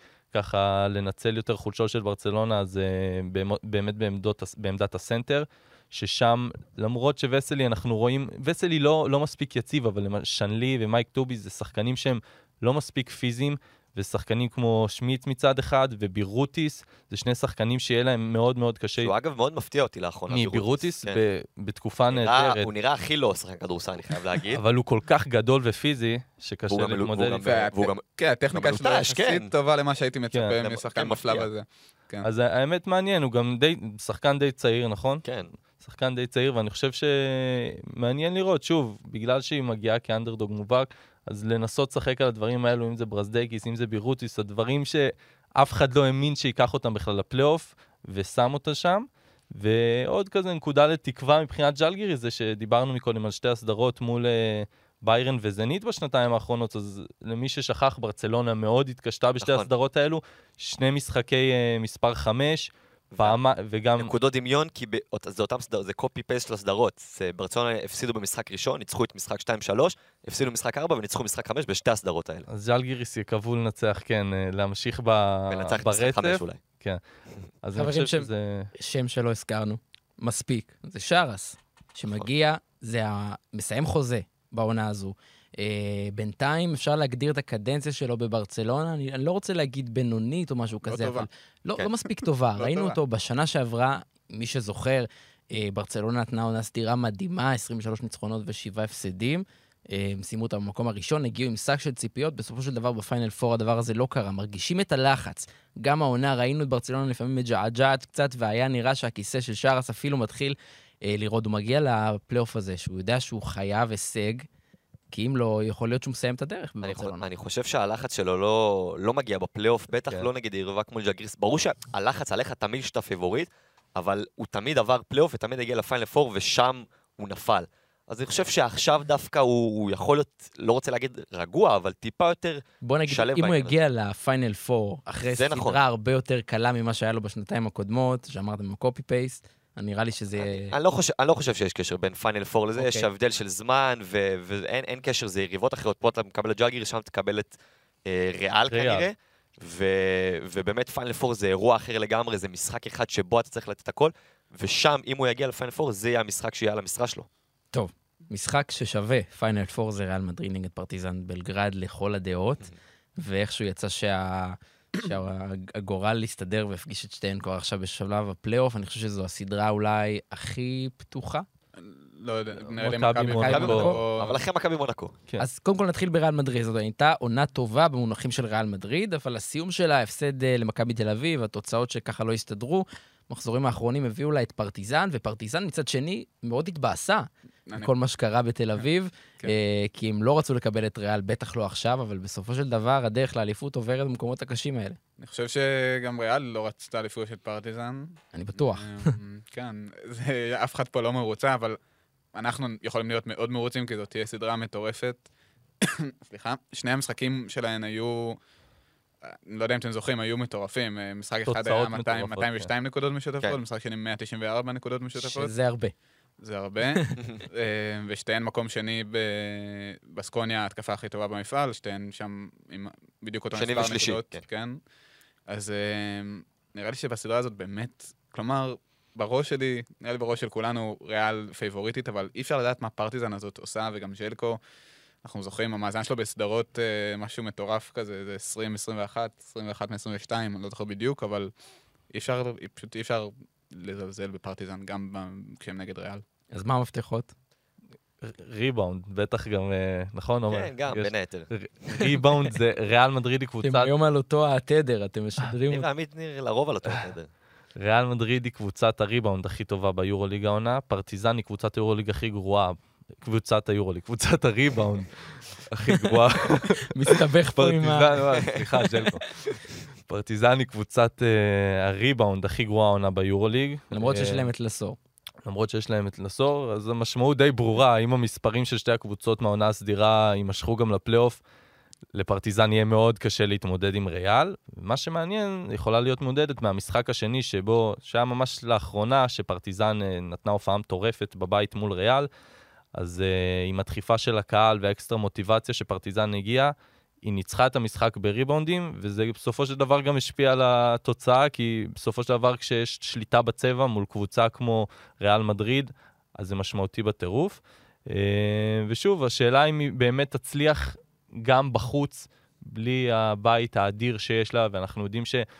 וככה לנצל יותר חולשות של ברצלונה, אז uh, באמת בעמדות, בעמדת הסנטר, ששם, למרות שווסלי, אנחנו רואים, וסלי לא, לא מספיק יציב, אבל למשל שנלי ומייק טובי זה שחקנים שהם לא מספיק פיזיים, ושחקנים כמו שמיץ מצד אחד, ובירוטיס, זה שני שחקנים שיהיה להם מאוד מאוד קשה. שהוא אגב מאוד מפתיע אותי לאחרונה. מי, בירוטיס? כן. ב- בתקופה נראה- נהדרת. הוא נראה הכי לא שחקן כדורסל, אני חייב להגיד. אבל הוא כל כך גדול ופיזי, שקשה והוא גם- להתמודד והוא איתו. גם- והוא גם- כן, הטכניקה גם שלו מלוטש, כן. יחסית טובה למה שהייתי מצפה כן. משחקן כן, בשלב מפתיע. הזה. כן. אז האמת מעניין, הוא גם די, שחקן די צעיר, נכון? כן. שחקן די צעיר, ואני חושב שמעניין לראות, שוב, בגלל שהיא מגיעה כאנדרדוג מובהק, אז לנסות לשחק על הדברים האלו, אם זה ברזדייקיס, אם זה בירוטיס, הדברים שאף אחד לא האמין שיקח אותם בכלל לפלייאוף, ושם אותה שם. ועוד כזה נקודה לתקווה מבחינת ג'לגירי, זה שדיברנו מקודם על שתי הסדרות מול uh, ביירן וזנית בשנתיים האחרונות, אז למי ששכח, ברצלונה מאוד התקשתה בשתי נכון. הסדרות האלו, שני משחקי uh, מספר חמש, פעמה, וגם... נקודות דמיון, כי ב- זה אותם סדרות, זה קופי פייסט של הסדרות. זה ברצלונה הפסידו במשחק ראשון, ניצחו את משחק שתיים שלוש, הפסידו משחק ארבע וניצחו משחק חמש בשתי הסדרות האלה. אז ז'לגיריס יקוו לנצח, כן, אה, להמשיך ב... ולנצח את משחק חמש ברצף. אולי. כן. אז אני חברים חושב שהם- שזה... שם שלא הזכרנו, מספיק. זה שרס, שמגיע, זה המסיים חוזה בעונה הזו. אה, בינתיים אפשר להגדיר את הקדנציה שלו בברצלונה, אני, אני לא רוצה להגיד בינונית או משהו לא כזה, טובה. אבל לא, כן. לא מספיק טובה. לא ראינו טובה. אותו בשנה שעברה, מי שזוכר, אה, ברצלונה נתנה עונה סדירה מדהימה, עשרים ושלוש ניצחונות ושבעה הפסדים. אה, הם סיימו אותם במקום הראשון, הגיעו עם שק של ציפיות, בסופו של דבר בפיינל פור הדבר הזה לא קרה, מרגישים את הלחץ. גם העונה, ראינו את ברצלונה לפעמים מג'עג'עת קצת, והיה נראה שהכיסא של שרס אפילו מתחיל אה, לראות, הוא מגיע לפלייאוף הזה, שהוא יודע שהוא חייב הישג, כי אם לא, יכול להיות שהוא מסיים את הדרך אני, חו- בברצלונה. אני חושב שהלחץ שלו לא, לא מגיע בפלייאוף, בטח כן. לא נגד יריבה כמו ג'לגיריס. ברור שהלחץ עליך תמיד שאתה פיבוריט, אבל הוא תמיד עבר פלייאוף ותמיד הגיע לפיינל פור ושם הוא נפל. אז אני חושב שעכשיו דווקא הוא, הוא יכול להיות, לא רוצה להגיד רגוע, אבל טיפה יותר... בוא נגיד, שלב אם הוא בעניין יגיע לפיינל פור, אחרי זה סדרה נכון. הרבה יותר קלה ממה שהיה לו בשנתיים הקודמות, שאמרתם קופי פייסט, נראה לי שזה... אני לא, חושב, אני לא חושב שיש קשר בין פיינל פור לזה, יש אוקיי. הבדל של זמן, ו- ואין אין קשר, זה יריבות אחרות. פה אתה מקבל את ג'לגיריס, שם תקבל את אה, ריאל ריאל. כנראה, ו- ובאמת פיינל פור זה אירוע אחר לגמרי, זה משחק אחד שבו אתה צריך לתת הכל, ושם, אם הוא יגיע לפיינל פור, זה יהיה המשחק שיהיה על המשרה שלו. טוב, משחק ששווה, פיינל פור זה ריאל מדריד נגד פרטיזן בלגרד לכל הדעות, ואיכשהו יצא שה... שהגורל להסתדר והפגיש את שתיהן כבר עכשיו בשלב הפלייאוף, אני חושב שזו הסדרה אולי הכי פתוחה. לא יודע, נראה לי מכבי מכבי מונקו. מונקו. אבל אחרי מכבי מונקו. כן. אז קודם כל נתחיל בריאל מדריד, זאת הייתה עונה טובה במונחים של ריאל מדריד, אבל הסיום שלה, הפסד אה, למכבי תל אביב, התוצאות שככה לא הסתדרו, מחזורים האחרונים הביאו לה את פרטיזן, ופרטיזן מצד שני מאוד התבאסה אני- כל מה שקרה בתל אביב, כן. אה, כי הם לא רצו לקבל את ריאל, בטח לא עכשיו, אבל בסופו של דבר הדרך לאליפות עוברת במקומות הקשים האלה. אני חושב שגם ריאל לא רצתה לפגוש את פרטיזן. אני בטוח. אמ, כן, זה- אף אחד פה לא מרוצה, אבל אנחנו יכולים להיות מאוד מרוצים, כי זאת תהיה סדרה מטורפת. סליחה. שני המשחקים שלהן היו, אני לא יודע אם אתם זוכרים, היו מטורפים. משחק אחד תוצאות היה מאתיים מטורפות, מאתיים ושתיים נקודות משותפות, כן. משחק שני מאה תשעים וארבע נקודות משותפות. שזה הרבה. זה הרבה. אה, ושתיהן מקום שני בבסקוניה, ההתקפה הכי טובה במפעל, שתיהן שם עם בדיוק אותו שני מספר ושלישי, נקודות. כן. כן. אז אה, נראה לי שבסדרה הזאת באמת, כלומר, בראש שלי, נראה לי בראש של כולנו ריאל פייבוריטית, אבל אי אפשר לדעת מה פרטיזן הזאת עושה, וגם ז'לקו, אנחנו זוכרים, המאזן שלו בסדרות אה, משהו מטורף כזה, זה עשרים עשרים ואחת, עשרים ואחת מ-עשרים ושתיים, אני לא זוכר בדיוק, אבל אי אפשר, פשוט אי אפשר לזלזל בפרטיזן, גם ב- כשהם נגד ריאל. אז מה המפתחות? ריבאונד, בטח גם, נכון, עומר? כן, גם, בין היתר. ריבאונד זה ריאל מדריד היא קבוצה... אתם היום על אותו התדר, אתם משדרים... אני ועמית ניר לרוב על אותו התדר. ריאל מדריד היא קבוצת הריבאונד הכי טובה ביורוליג העונה, פרטיזן היא קבוצת היורוליג הכי גרועה, קבוצת היורוליג, קבוצת הריבאונד הכי גרועה. מסתבך פה עם ה... פרטיזן, סליחה, ג'לקו. פרטיזן היא קבוצת הריבאונד הכי גרועה העונה ביורוליג. למרות שיש להם את לסור. למרות שיש להם את לסור, אז המשמעות די ברורה, אם המספרים של שתי הקבוצות מהעונה הסדירה יימשכו גם לפלייאוף, לפרטיזן יהיה מאוד קשה להתמודד עם ריאל. מה שמעניין, יכולה להיות מודדת מהמשחק השני שבו, שהיה ממש לאחרונה, שפרטיזן נתנה הופעה מטורפת בבית מול ריאל, אז uh, עם הדחיפה של הקהל והאקסטרה מוטיבציה שפרטיזן הגיעה, היא ניצחה את המשחק בריבאונדים, וזה בסופו של דבר גם השפיע על התוצאה, כי בסופו של דבר כשיש שליטה בצבע מול קבוצה כמו ריאל מדריד, אז זה משמעותי בטירוף. Uh, ושוב, השאלה אם היא באמת תצליח גם בחוץ, בלי הבית האדיר שיש לה, ואנחנו יודעים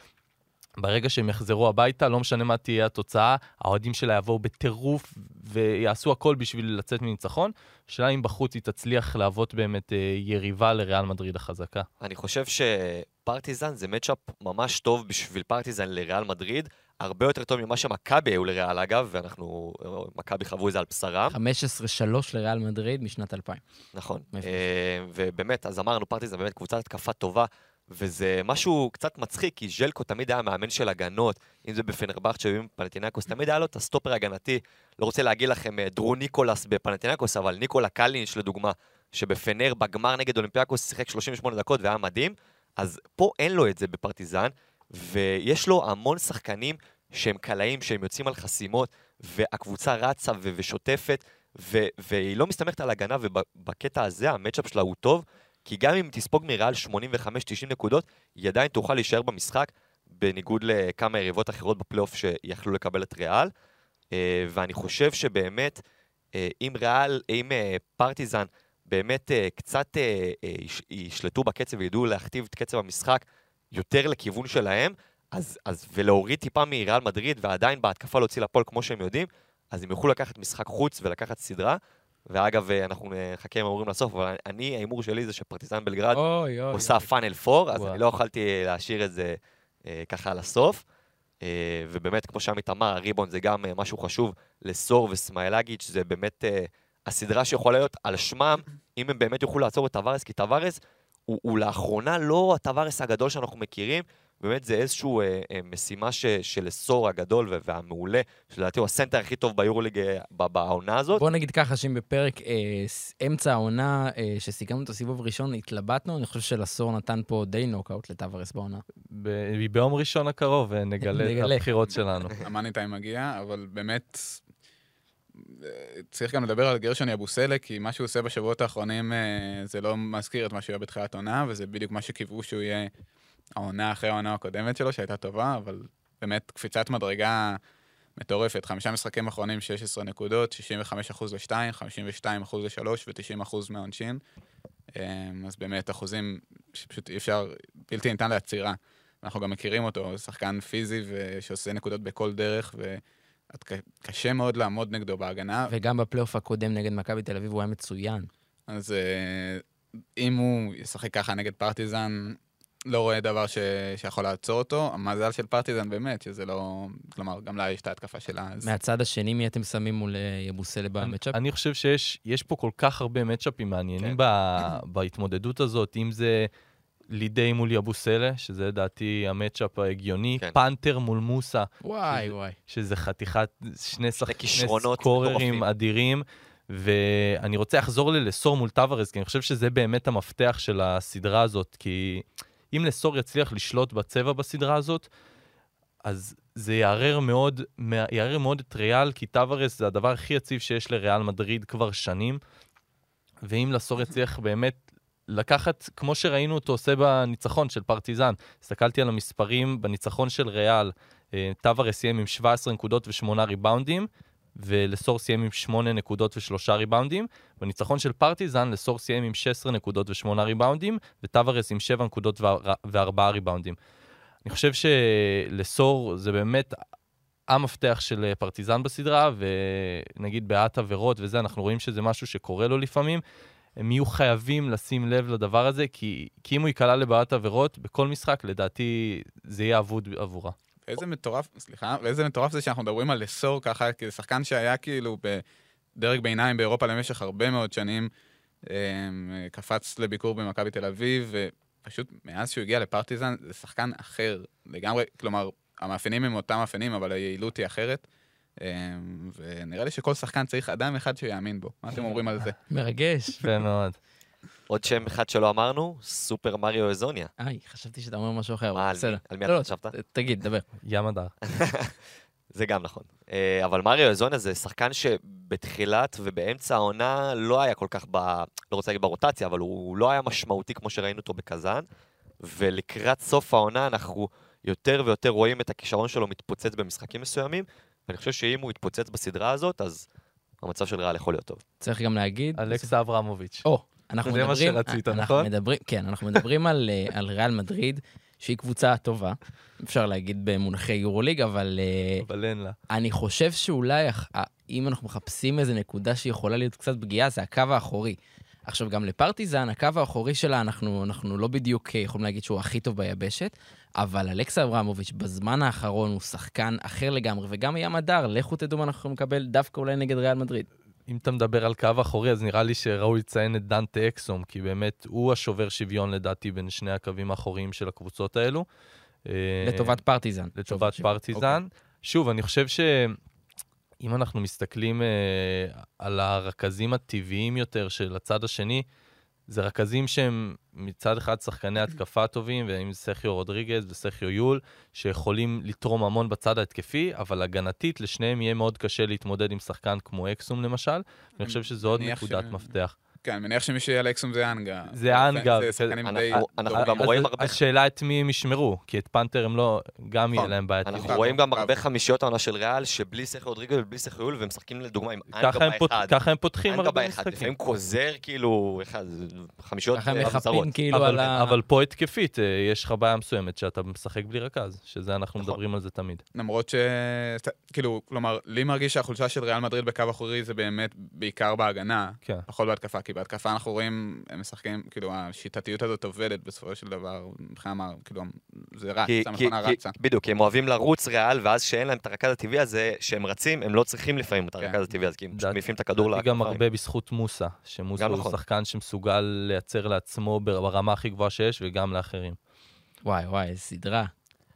שברגע שהם יחזרו הביתה, לא משנה מה תהיה התוצאה, האוהדים שלה יבואו בטירוף, ויעשו הכל בשביל לצאת מניצחון. השאלה אם בחוץ היא תצליח להוות באמת יריבה לריאל מדריד החזקה. אני חושב שפרטיזן זה מצ'אפ ממש טוב בשביל פרטיזן לריאל מדריד, הרבה יותר טוב ממה שמכבי היו לריאל אגב, ואנחנו, מכבי חוו את זה על בשרם. חמש עשרה שלוש לריאל מדריד משנת אלפיים. נכון. ובאמת, אז אמרנו, פרטיזן באמת קבוצת התקפה טובה, וזה משהו קצת מצחיק, כי ז'לקו תמיד היה מאמן של הגנות, אם זה בפנרבכצ'ה או בפנתינאיקוס, תמיד היה לו את הסטופר הגנתי. לא רוצה להגיד לכם דרו ניקולס בפנתינאיקוס, אבל ניקולה קלינש לדוגמה, שבפנר בגמר נגד אולימפיאקוס שיחק שלושים ושמונה דקות והיה מדהים, אז פה אין לו את זה בפרטיזן, ויש לו המון שחקנים שהם קלעים, שהם יוצאים על חסימות, והקבוצה רצה ו- ושוטפת, ו- והיא לא מסתמכת על הגנה, ובקטע הזה המצ'אפ שלה הוא טוב, כי גם אם תספוג מריאל שמונים וחמש תשעים נקודות, היא עדיין תוכל להישאר במשחק, בניגוד לכמה יריבות אחרות בפלייאוף שיכלו לקבל את ריאל, ואני חושב שבאמת, אם ריאל, אם פרטיזן, באמת קצת ישלטו בקצב וידעו להכתיב את קצב המשחק יותר לכיוון שלהם, אז, אז ולהוריד טיפה מריאל מדריד ועדיין בהתקפה להוציא לפועל כמו שהם יודעים, אז הם יוכלו לקחת משחק חוץ ולקחת סדרה, ואגב אנחנו נחכה עם האמורים לסוף, אבל אני, האמור שלי זה שפרטיזן בלגרד אוי, אוי, עושה פאנל פור, אז וואו. אני לא יכולתי להשאיר את זה אה, ככה לסוף, אה, ובאמת כמו שעמית אמר, הריבון זה גם אה, משהו חשוב לסור וסמיילגיץ', זה באמת אה, הסדרה שיכולה להיות על שמם, אם הם באמת יוכלו לעצור את טווארס, כי טווארס הוא, הוא לאחרונה לא הטווארס הגדול שאנחנו מכירים, באמת זה איזשהו אה, אה, משימה ש, של סור הגדול והמעולה, שלדעתי הוא הסנטר הכי טוב ביורוליג אה, בעונה הזאת. בוא נגיד ככה, שאם בפרק אה, אמצע העונה, אה, שסיכמנו את הסיבוב הראשון, התלבטנו, אני חושב שלסור נתן פה די נוקאוט לטווארס בעונה. ב- ביום ראשון הקרוב, נגלה את נגלה. הבחירות שלנו. המאני טיים מגיע, אבל באמת צריך גם לדבר על גרשון יבוסלה, כי מה שהוא עושה בשבועות האחרונים זה לא מזכיר את מה שהוא היה בתחילת עונה, וזה בדיוק מה שקיוו שהוא יהיה העונה אחרי העונה הקודמת שלו, שהייתה טובה, אבל באמת קפיצת מדרגה מטורפת. חמישה משחקים אחרונים, שש עשרה נקודות, שישים וחמישה אחוז ל-שתיים, חמישים ושתיים אחוז ל-שלוש ו-תשעים אחוז מהעונשין. אז באמת אחוזים שפשוט אי אפשר, בלתי ניתן לעצירה. אנחנו גם מכירים אותו, שחקן פיזי ושעושה נקודות בכל דרך, וקשה מאוד לעמוד נגדו בהגנה. וגם בפלייאוף הקודם נגד מכבי תל אביב הוא היה מצוין. אז אם הוא ישחק ככה נגד פרטיזן, לא רואה דבר ש... שיכול לעצור אותו. המזל של פרטיזן באמת, שזה לא... כלומר, גם לה יש את ההתקפה שלה. אז... מהצד השני, מי אתם שמים מול יבוסלה במצ'אפ? אני חושב שיש יש פה כל כך הרבה מצ'אפים מעניינים כן. ב- בהתמודדות הזאת, אם זה לידי מול יבוסלה, שזה לדעתי המצ'אפ ההגיוני, כן. פנתר מול מוסה, וואי, וואי. שזה חתיכת, שני, שח... כישרונות סקוררים מטורפים. אדירים, ואני רוצה לחזור ללסור מול טווארס, כי אני חושב שזה באמת המפתח של הסדרה הזאת, כי אם לסור יצליח לשלוט בצבע בסדרה הזאת, אז זה יערר מאוד, יערר מאוד את ריאל, כי טווארס זה הדבר הכי יציב שיש לריאל מדריד כבר שנים, ואם לסור יצליח באמת לקחת, כמו שראינו אותו עושה בניצחון של פרטיזן, הסתכלתי על המספרים בניצחון של ריאל, טווארס סיים עם שבע עשרה נקודות ושמונה ריבאונדים, ולסור סיים עם שמונה נקודות ושלושה ריבאונדים, בניצחון של פרטיזן לסור סיים עם שש עשרה נקודות ושמונה ריבאונדים, וטווארס עם שבע נקודות וארבעה ריבאונדים. אני חושב שלסור זה באמת המפתח של פרטיזן בסדרה, ונגיד בעט עבירות וזה, אנחנו רואים שזה משהו שקורה לו לפעמים, הם יהיו חייבים לשים לב לדבר הזה, כי, כי אם הוא יקלה לבעט עבירות, בכל משחק, לדעתי, זה יהיה אבוד עבורה. איזה מטורף, סליחה, ואיזה מטורף זה שאנחנו מדברים על לסור ככה, כי זה שחקן שהיה כאילו בדרג ביניים באירופה למשך הרבה מאוד שנים, קפץ לביקור במכבי תל אביב, ופשוט מאז שהוא הגיע לפרטיזן, זה שחקן אחר לגמרי, כלומר, המאפיינים הם אותם מאפיינים, אבל היעילות היא אחרת, ונראה לי שכל שחקן צריך אדם אחד שיאמין בו. מה אתם אומרים על זה? מרגש. יפה מאוד. עוד שם אחד שלא אמרנו, סופר מריו אזוניה. איי, חשבתי שאתה אומר משהו אחר, מה, בסדר. על מי לא, אתה לא, חשבת? תגיד, דבר. ים הדר. זה גם נכון. אבל מריו אזוניה זה שחקן שבתחילת ובאמצע העונה לא היה כל כך, ב... לא רוצה להגיד ברוטציה, אבל הוא לא היה משמעותי כמו שראינו אותו בקזן, ולקראת סוף העונה אנחנו יותר ויותר רואים את הכישרון שלו מתפוצץ במשחקים מסוימים, ואני חושב שאם הוא יתפוצץ בסדרה הזאת, אז המצב של ריאל יכול להיות טוב. צריך גם להגיד... אלכסה אברמוביץ'. או, אנחנו זה מה מדברים... שרצית, אנחנו נכון? מדברים, כן, אנחנו מדברים על, על ריאל מדריד, שהיא קבוצה טובה, אפשר להגיד במונחי יורוליג, אבל... אבל אין לה. אני חושב שאולי, אם אנחנו מחפשים איזו נקודה שיכולה להיות קצת פגיעה, זה הקו האחורי. עכשיו, גם לפרטיזן, הקו האחורי שלה, אנחנו, אנחנו לא בדיוק יכולים להגיד שהוא הכי טוב ביבשת, אבל אלכסה אברמוביץ' בזמן האחרון הוא שחקן אחר לגמרי, וגם ים הדר, לכו תדעו מה אנחנו יכולים לקבל דווקא אולי נגד ריאל מדריד. אם אתה מדבר על קו האחורי, אז נראה לי שראוי לציין את דנטה אקסום, כי באמת הוא השובר שוויון לדעתי בין שני הקווים האחוריים של הקבוצות האלו. לטובת פרטיזן. לטובת פרטיזן. שוב, אני חושב שאם אנחנו מסתכלים על הרכזים הטבעיים יותר של הצד השני, זה רכזים שהם מצד אחד שחקני התקפה טובים, ואם זה סרחיו רודריגז וסרחיו יול, שיכולים לתרום המון בצד ההתקפי, אבל הגנתית לשניהם יהיה מאוד קשה להתמודד עם שחקן כמו אקסום למשל, ואני חושב שזו עוד נקודת מפתח. כן, אני מניח שמי שיהיה לאקסום זה אנגה. זה אנגה. אנחנו גם רואים הרבה... השאלה את מי הם ישמרו, כי את פנתר הם לא, גם יהיה להם בעייתי. אנחנו רואים גם הרבה חמישיות העונה של ריאל, שבלי סרחיו רודריגז ובלי סרחיו יול, והם משחקים לדוגמה עם אנגה באחד. ככה הם פותחים אנגה הרבה באחד, משחקים. לפעמים כוזר כאילו, חמישיות ככה הם מחפים כאילו אבל, על ה... אבל פה התקפית, יש לך בעיה מסוימת שאתה משחק בלי רכז, שזה אנחנו נכון. מדברים על זה תמיד. למרות ש... כאילו, כלומר, לי מרגיש שהחולשה של ריאל מדריד בקו אחורי זה באמת בעיקר בהגנה, כן. פחות בהתקפה, כי בהתקפה אנחנו רואים, הם משחקים, כאילו, השיטתיות הזאת עובדת בסופו של דבר, מבחינה, כאילו, זה רץ, המכונה רצה. בדיוק, כי הם אוהבים לרוץ ריאל, ואז שאין להם את הרכז הטבעי הזה, שהם רצים, הם לא צריכים לפעמים את הרכז הטבעי הזה, כי הם מעיפים את הכדור לכנפיים. גם הרבה בזכות מוסה, שמוסה הוא שחקן שמסוגל לייצר לעצמו ברמה הכי גבוהה שיש, וגם לאחרים. וואי, וואי, איזו סדרה.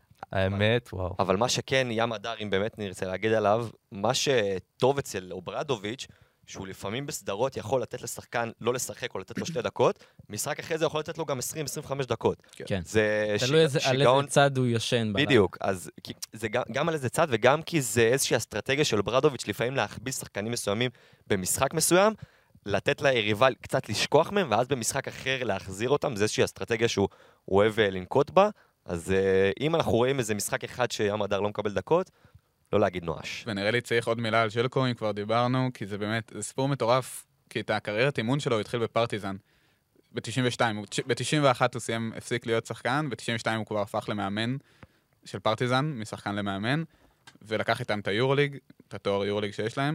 האמת, וואו. אבל מה שכן, ים הדר, אם באמת נרצה להגיד עליו, מה שטוב אצל אוברדוביץ', שהוא לפעמים בסדרות יכול לתת לשחקן לא לשחק או לתת לו שתי דקות, משחק אחרי זה יכול לתת לו גם עשרים עד עשרים וחמש דקות. כן. זה תלוי על איזה צד הוא יושן. בדיוק, אז זה גם על איזה צד, וגם כי זה איזושהי אסטרטגיה של אוברדוביץ' לפעמים להכביס שחקנים מסוימים במשחק מסוים, לתת ליריבה קצת לשכוח מהם, ואז במשחק אחר להחזיר אותם, זה איזושהי אסטרטגיה שהוא אוהב לנקוט בה, אז אם אנחנו רואים איזה משחק אחד שים הדר לא מקבל דקות, לא להגיד נואש. ונראה לי צריך עוד מילה על שלקו, אם כבר דיברנו, כי זה באמת, זה סיפור מטורף, כי את הקריירת אימון שלו הוא התחיל בפרטיזן, ב-תשעים ושתיים, ב-תשעים ואחת הוא סיים, הפסיק להיות שחקן, ב-תשעים ושתיים הוא כבר הפך למאמן של פרטיזן, משחקן למאמן, ולקח איתם את היורוליג, את התואר יורוליג שיש להם,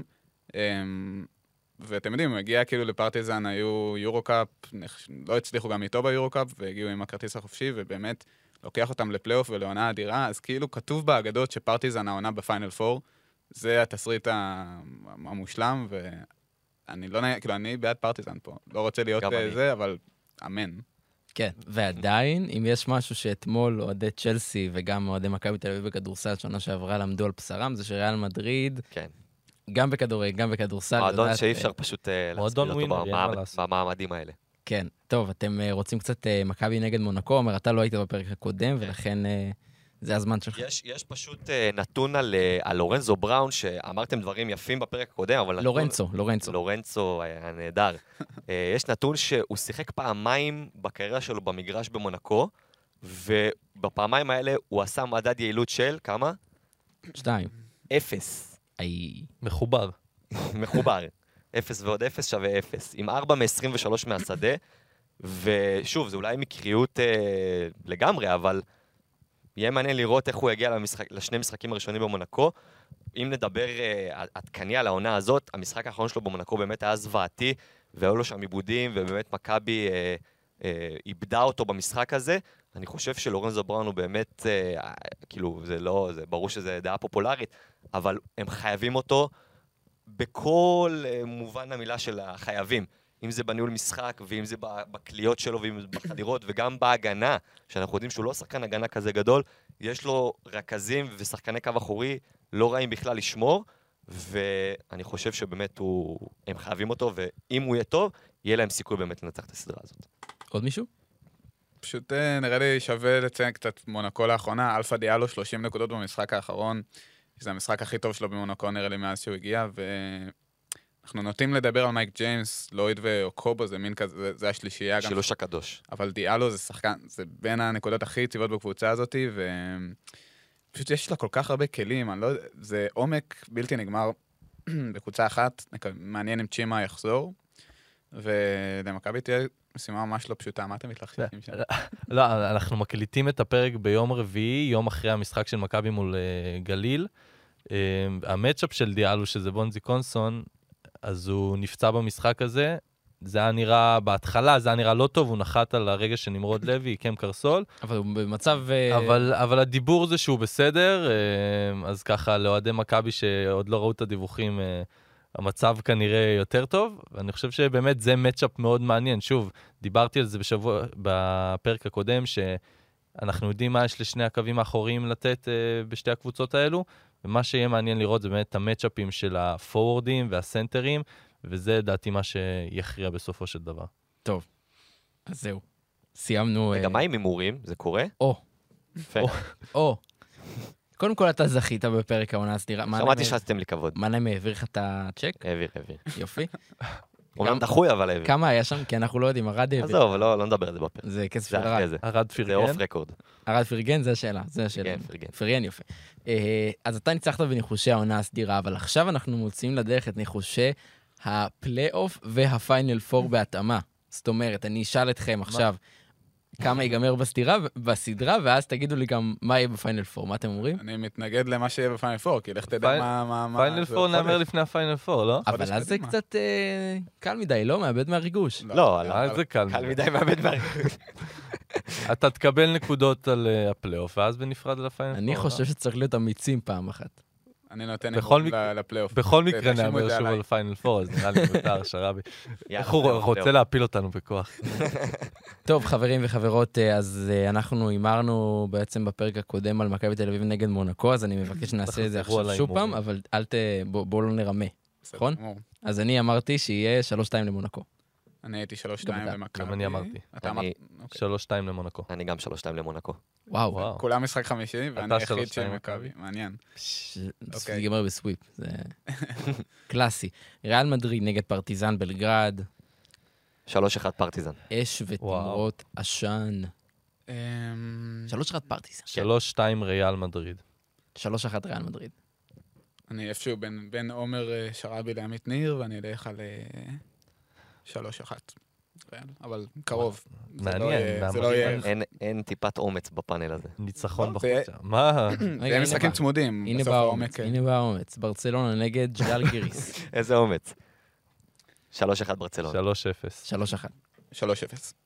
ואתם יודעים, הוא הגיע כאילו לפרטיזן, היו יורוקאפ, לא הצליחו גם איתו ביורוקאפ, והגיעו עם הכרטיס החופשי, ובאמת לוקח אותם לפלייאוף ולעונה אדירה, אז כאילו כתוב באגדות שפרטיזן העונה בפיינל פור, זה התסריט המושלם, ואני לא נהיה, כאילו אני בעד פרטיזן פה, לא רוצה להיות זה, אבל אמן. כן, ועדיין, אם יש משהו שאתמול אוהדי צ'לסי וגם אוהדי מכבי תל אביב בכדורסל שנה שעברה למדו על בשרם, זה שריאל מדריד, כן. גם בכדורגל, גם בכדורסל. מועדון שאי אפשר פשוט להסביר אותו במעמדים האלה. כן, טוב, אתם רוצים קצת מכבי נגד מונקו, אומר, אתה לא היית בפרק הקודם, ולכן זה הזמן שלך. יש, יש פשוט נתון על, על לורנזו בראון, שאמרתם דברים יפים בפרק הקודם, אבל... לורנצו, נתון, לורנצו. לורנצו הנהדר. יש נתון שהוא שיחק פעמיים בקריירה שלו במגרש במונקו, ובפעמיים האלה הוא עשה מדד יעילות של כמה? שתיים. אפס. איי. מחובר. מחובר. אפס ועוד אפס שווה אפס. עם ארבע מ-עשרים ושלוש מהשדה, ושוב, זה אולי מקריות אה, לגמרי, אבל יהיה מעניין לראות איך הוא יגיע למשחק, לשני משחקים הראשונים במונקו. אם נדבר uh, עדכני על העונה הזאת, המשחק האחרון שלו במונקו באמת היה זוועתי, והיו לו שם עיבודים, ובאמת מכבי uh, uh, איבדה אותו במשחק הזה. אני חושב שלורנזו בראון הוא באמת, uh, כאילו, זה לא, זה ברור שזה דעה פופולרית, אבל הם חייבים אותו בכל uh, מובן המילה של החייבים. אם זה בניהול משחק, ואם זה בקליות שלו, ואם זה בחדירות, וגם בהגנה, שאנחנו יודעים שהוא לא שחקן הגנה כזה גדול, יש לו רכזים ושחקני קו אחורי לא רעים בכלל לשמור, ואני חושב שבאמת הוא, הם חייבים אותו, ואם הוא יהיה טוב, יהיה להם סיכוי באמת לנצח את הסדרה הזאת. עוד מישהו? פשוט נראה לי שווה לציין קצת מונקו לאחרונה, אלפה דיאלו שלושים נקודות במשחק האחרון, זה המשחק הכי טוב שלו במונקו נראה לי מאז שהוא הגיע, ואנחנו נוטים לדבר על מייק ג'יימס, לויד ואוקובו, זה מין כזה, זה השלישייה גם. שילוש הקדוש. אבל דיאלו זה שחקן, זה בין הנקודות הכי יציבות בקבוצה הזאת, ופשוט יש לה כל כך הרבה כלים, אני לא, זה עומק בלתי נגמר בקבוצה אחת, מעניין אם צ'ימה יחזור, ולמכבי תהיה משימה ממש לא פשוטה, מה אתם מתלחשים שם? לא, אנחנו מקליטים את הפרק ביום רביעי, יום אחרי המשחק של מכבי מול גליל. המצ'אפ של דיאלו, שזה בונזי קונסון, אז הוא נפצע במשחק הזה, זה היה נראה, בהתחלה זה היה נראה לא טוב, הוא נחת על הרגע שנמרוד לוי, עיקם קרסול. אבל הוא במצב... אבל, אבל הדיבור זה שהוא בסדר, אז ככה לאוהדי מכבי שעוד לא ראו את הדיווחים, המצב כנראה יותר טוב, ואני חושב שבאמת זה מצ'אפ מאוד מעניין. שוב, דיברתי על זה בשבוע, בפרק הקודם, שאנחנו יודעים מה יש לשני הקווים האחוריים לתת בשתי הקבוצות האלו, ומה שיהיה מעניין לראות זה באמת המצ'אפים של הפורורדים והסנטרים, וזה דעתי מה שיכריע בסופו של דבר. טוב, אז זהו. סיימנו... רגע, מה עם הימורים? זה קורה? או. יפה. או. קודם כל אתה זכית בפרק העונה הסדירה. שמעתי שעשיתם לי כבוד. מה להם העביר לך את הצ'ק? העביר, העביר. יופי. אומנם דחוי, אבל העביר. כמה היה שם? כי אנחנו לא יודעים, ארד העביר. עזוב, לא נדבר על זה בפרק. זה כסף של זה אחרי ארד. זה. ארד זה פירגן. אוף רקורד. ארד פירגן, זה השאלה. זה השאלה. כן, פירגן. פירגן, יופי. אז אתה ניצחת בניחושי העונה הסדירה, אבל עכשיו אנחנו מוצאים לדרך את ניחושי הפלייאוף והפיינל פור בהתאמה. זאת אומרת, אני אשאל אתכם עכשיו כמה ייגמר בסדרה, בסדרה, ואז תגידו לי גם מה יהיה בפיינל פור. מה אתם אומרים? אני מתנגד למה שיהיה בפיינל פור, כי לך תדע מה... פיינל פור נאמר לפני הפיינל פור, לא? אבל אז זה קצת קל מדי, לא? מאבד מהריגוש. לא, זה קל. קל מדי מאבד מהריגוש. אתה תקבל נקודות על הפלייאוף, ואז בנפרד על הפיינל פור. אני חושב שצריך להיות אמיצים פעם אחת. אני נותן בכל אמון מקרה- לפלייאוף. בכל מקרה תאשימו את נאמר זה שוב עליי. על פיינל פור, אז נראה לי מותר, שרבי. יאללה, איך הוא זהו, רוצה זהו. להפיל אותנו בכוח. טוב, חברים וחברות, אז אה, אנחנו הימרנו בעצם בפרק הקודם על מכבי תל אביב נגד מונקו, אז אני מבקש שנעשה את זה תחזרו עכשיו על שוב פעם, ההימורים. אבל אל ת... בוא- בואו לא נרמה. בסדר נכון? גמור. אז אני אמרתי שיהיה שלוש שתיים למונקו. אני הייתי שלוש גם שתיים אתה. למכבי. גם אני אמרתי. אתה אני- אמרת... אוקיי. שלוש שתיים למונקו. אני גם שלוש שתיים למונקו. וואו. וואו. כולם משחק חמישי, ואני היחיד שלוש של שתיים מכבי. מעניין. ש- אוקיי. זה ייגמר בסוויפ, זה קלאסי. ריאל מדריד נגד פרטיזן בלגרד, שלוש אחד פרטיזן. אש ותמרות עשן. אמ, שלוש אחת פרטיזן. שלוש שתיים ריאל מדריד. שלוש אחת ריאל מדריד. אני איפשהו בין- בין עומר אה, שרעבי לעמית ניר, ואני אלך על אה, שלוש אחת. ריאל, אבל קרוב. זה לא מעניין, יהיה- זה לא מהמרים. יהיה... אין- אין טיפת אומץ בפאנל הזה. ניצחון לא, זה- בחוץ. מה? רגע, זה הנה משחקים בא. צמודים. הנה בסוף בא העומק, האומץ, כן. הנה בא האומץ. ברצלונה נגד ז'אלגיריס. איזה אומץ. שלוש אחד ברצלונה. שלוש אפס. שלוש אחת. שלוש אפס.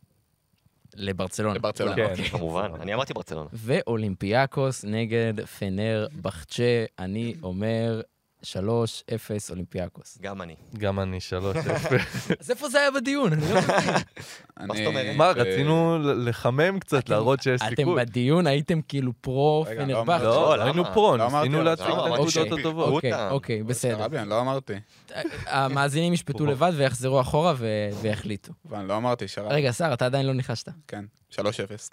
לברצלונה. לברצלונה. כולם. כן. כמובן, אני אמרתי ברצלונה. ואולימפיאקוס נגד פנר בחצ'ה, אני אומר שלוש אפס אולימפיאקוס. גם אני. גם אני שלוש אפס. אז איפה זה היה בדיון? אני לא מבין. מה זאת אומרת? מה, אה, רצינו ל- לחמם קצת, להראות שיש אתם סיכוי. בדיון הייתם כאילו פרו רגע, פנר לא בחצ'ה. לא, לא, לא היינו למה? פרו, לא אמרתי, ניסינו אבל להציג לא, את אמרתי הנקודות שהם הטובות. אוקיי, אותם. אוקיי, בסדר. שרעבי, אני לא אמרתי. המאזינים ישפטו לבד ויחזרו אחורה ו- ויחליטו. ואני לא אמרתי, שרעבי. רגע, שר, אתה עדיין לא ניחשת. כן, שלוש אפס.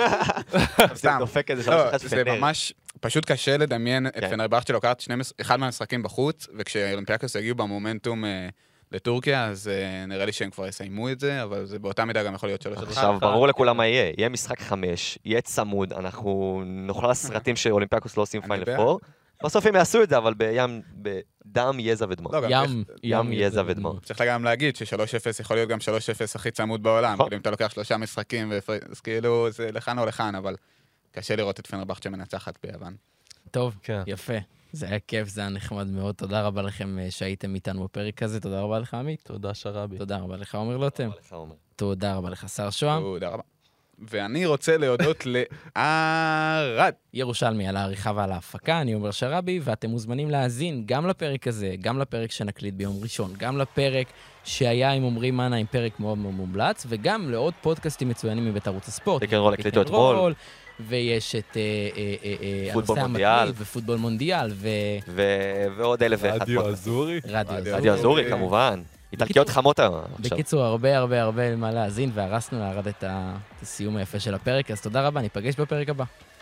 סתם. דופק איזה שלוש לא, אחד זה פנר. ממש, פשוט קשה לדמיין את כן. פנרבחצ'ה שלוקחת שני מש- אחד מהמשחקים בחוץ, וכשאולימפיאקוס יגיעו במומנטום אה, לטורקיה, אז אה, נראה לי שהם כבר יסיימו את זה, אבל זה באותה מידה גם יכול להיות שלוש אחד. עכשיו, אחד. ברור לכולם מה יהיה. יהיה משחק חמש, יהיה צמוד, אנחנו נאכל סרטים שאולימפיאקוס לא עושים אני פיינל בעד. פור. בסוף הם יעשו את זה, אבל בים, בדם, יזע ודמעות. לא, גם ים, ים, יזע ודמעות. צריך גם להגיד ש-שלוש אפס יכול להיות גם שלוש אפס הכי צמוד בעולם, נכון. כאילו אם אתה לוקח שלושה משחקים, והפר- אז כאילו זה לכאן או לכאן, אבל קשה לראות את פנרבכצ'ה מנצחת ביוון. טוב, כן. יפה. זה היה כיף, זה היה נחמד מאוד. תודה רבה לכם שהייתם איתנו בפרק הזה. תודה רבה לך, עמית. תודה, שרבי. תודה רבה לך, עומר לוטם. תודה לך, עומר. תודה רבה לך, שר שוהם. תודה רבה. ואני רוצה להודות לערד. ירושלמי על העריכה ועל ההפקה, אני עומר שרבי, ואתם מוזמנים להאזין גם לפרק הזה, גם לפרק שנקליט ביום ראשון, גם לפרק שהיה עם עומרי מנה, עם פרק מאוד מאוד מומלץ, וגם לעוד פודקאסטים מצוינים מבית ערוץ הספורט. פיק אנד רול הקליטו אתמול. ויש את פוטבול הנושא מונדיאל. המקביל, ופוטבול מונדיאל, ו... ו- ועוד אלף ואחד רדיו פודקאסטים. אזורי. רדיו רדיו רדיו אזורי. אזורי, כמובן. איטלקיות חמות היום עכשיו. בקיצור, הרבה הרבה הרבה מה להאזין, והרסנו לערד את הסיום היפה של הפרק, אז תודה רבה, ניפגש בפרק הבא.